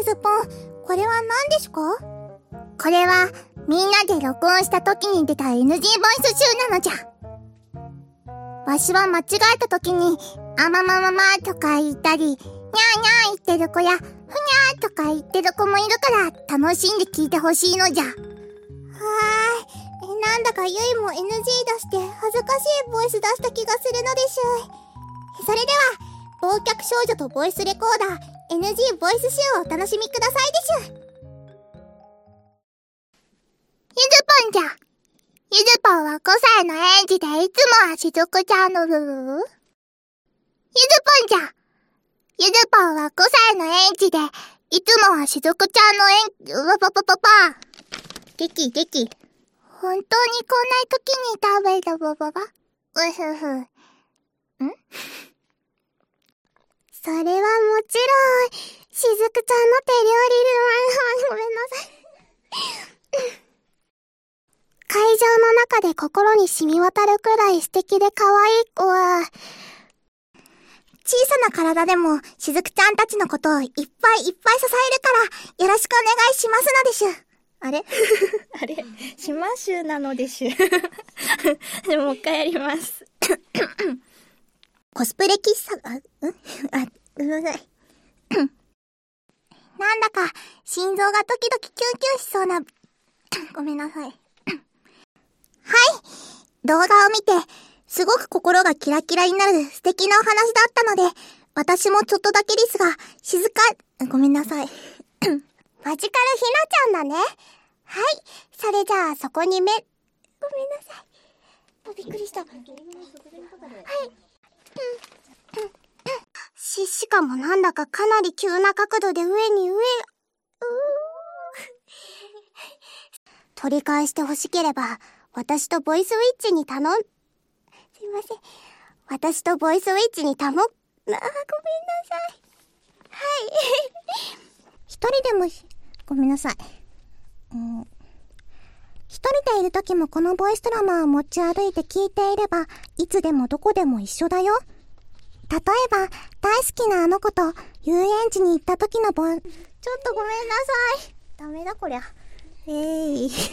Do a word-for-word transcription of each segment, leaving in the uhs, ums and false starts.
ゆずぽん、これは何ですか？これは、みんなで録音した時に出た エヌジー ボイス集なのじゃ。わしは間違えた時に、あままままとか言ったり、にゃーにゃー言ってる子や、ふにゃーとか言ってる子もいるから、楽しんで聞いてほしいのじゃ。はーい。え、なんだかゆいも エヌジー 出して恥ずかしいボイス出した気がするのでしゅ。それでは、忘却少女とボイスレコーダー、エヌジー ボイス集をお楽しみくださいでしゅ。ゆずぽんじゃ。ゆずぽんはごさいの園児でいつもはしずくちゃんのルルル。ゆずぽんじゃ。ゆずぽんはごさいの園児でいつもはしずくちゃんの園、うわぱぱぱぱ。激激。本当にこんな時に食べたばばば。うふふ。んそれはもちろん、しずくちゃんの手料理ルワン、ごめんなさい。会場の中で心に染み渡るくらい素敵で可愛い子は、小さな体でもしずくちゃんたちのことをいっぱいいっぱい支えるから、よろしくお願いしますのでしゅ。あれあれしましゅなのでしゅ。もう一回やります。 コスプレ喫茶、あ、うんあ、ごめんなさい。なんだか、心臓がドキドキキュンキュンしそうな、ごめんなさい。はい。動画を見て、すごく心がキラキラになる素敵なお話だったので、私もちょっとだけですが、静か、ごめんなさい。マジカルひなちゃんだね。はい。それじゃあ、そこにめ、ごめんなさい。びっくりした。はい。うん。し、しかもなんだかかなり急な角度で上に上、うー。取り返してほしければ、私とボイスウィッチに頼ん、すいません。私とボイスウィッチに頼ん、あー、ごめんなさい。はい。一人でも、ごめんなさい。うん。一人でいる時もこのボイスドラマを持ち歩いて聞いていれば、いつでもどこでも一緒だよ。例えば、大好きなあの子と遊園地に行った時のボイ、ちょっとごめんなさい。ダメだこりゃ。えーい。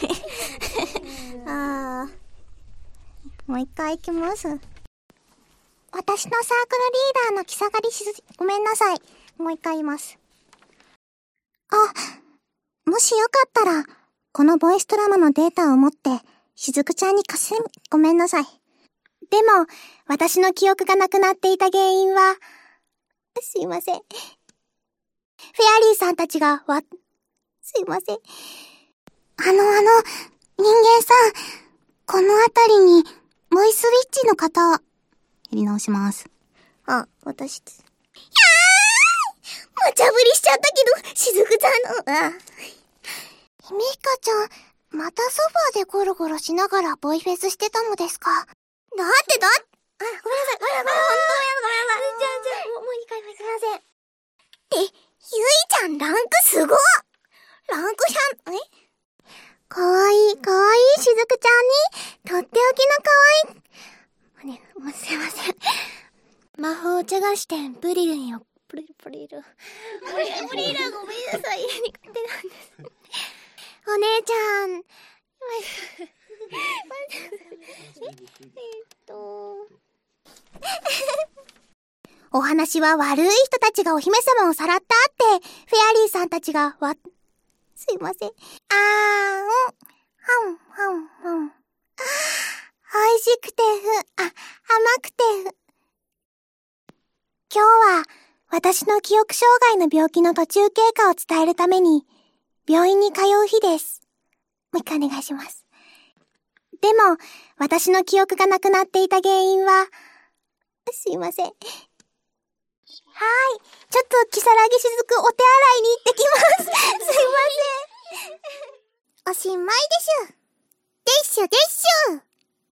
あー。もう一回行きます。私のサークルリーダーの木下がりしず、ごめんなさい。もう一回言います。あ、もしよかったら、このボイスドラマのデータを持って、しずくちゃんに貸せ、ごめんなさい。でも、私の記憶がなくなっていた原因は、すいません。フェアリーさんたちが、わ、すいません。あのあの、人間さん、このあたりに、ボイスウィッチの方、やり直します。あ、私です。ひゃー！無茶ぶりしちゃったけど、しずくちゃんの、あ。ひめひかちゃん、またソファーでゴロゴロしながらボイフェスしてたのですか？だってだ、あ、ごめんなさい、ごめんなさい、ほんとごめんなさい。じゃあ、じゃあ、もう、もう一回、すいません。え、ゆいちゃんランクすごっ！ランクひゃん、え？かわいい、かわいいしずくちゃんに、とっておきのかわいい。ね、もうすいません。魔法茶菓子店、ブリルンよ。ブリル、ブリル。ブリル、ブリル、ごめんなさい。苦手なんです。お姉ちゃん。えっと。お話は悪い人たちがお姫様をさらったって、フェアリーさんたちがわ、すいません。あーん、はん、はん、はん。あー、美味しくてふ、あ、甘くてふ。今日は、私の記憶障害の病気の途中経過を伝えるために、病院に通う日です。もう一回お願いします。でも、私の記憶がなくなっていた原因は、すいません。はい。ちょっと、きさらぎしずくお手洗いに行ってきます。すいません。おしまいでしゅ。でっしゅでっしゅ。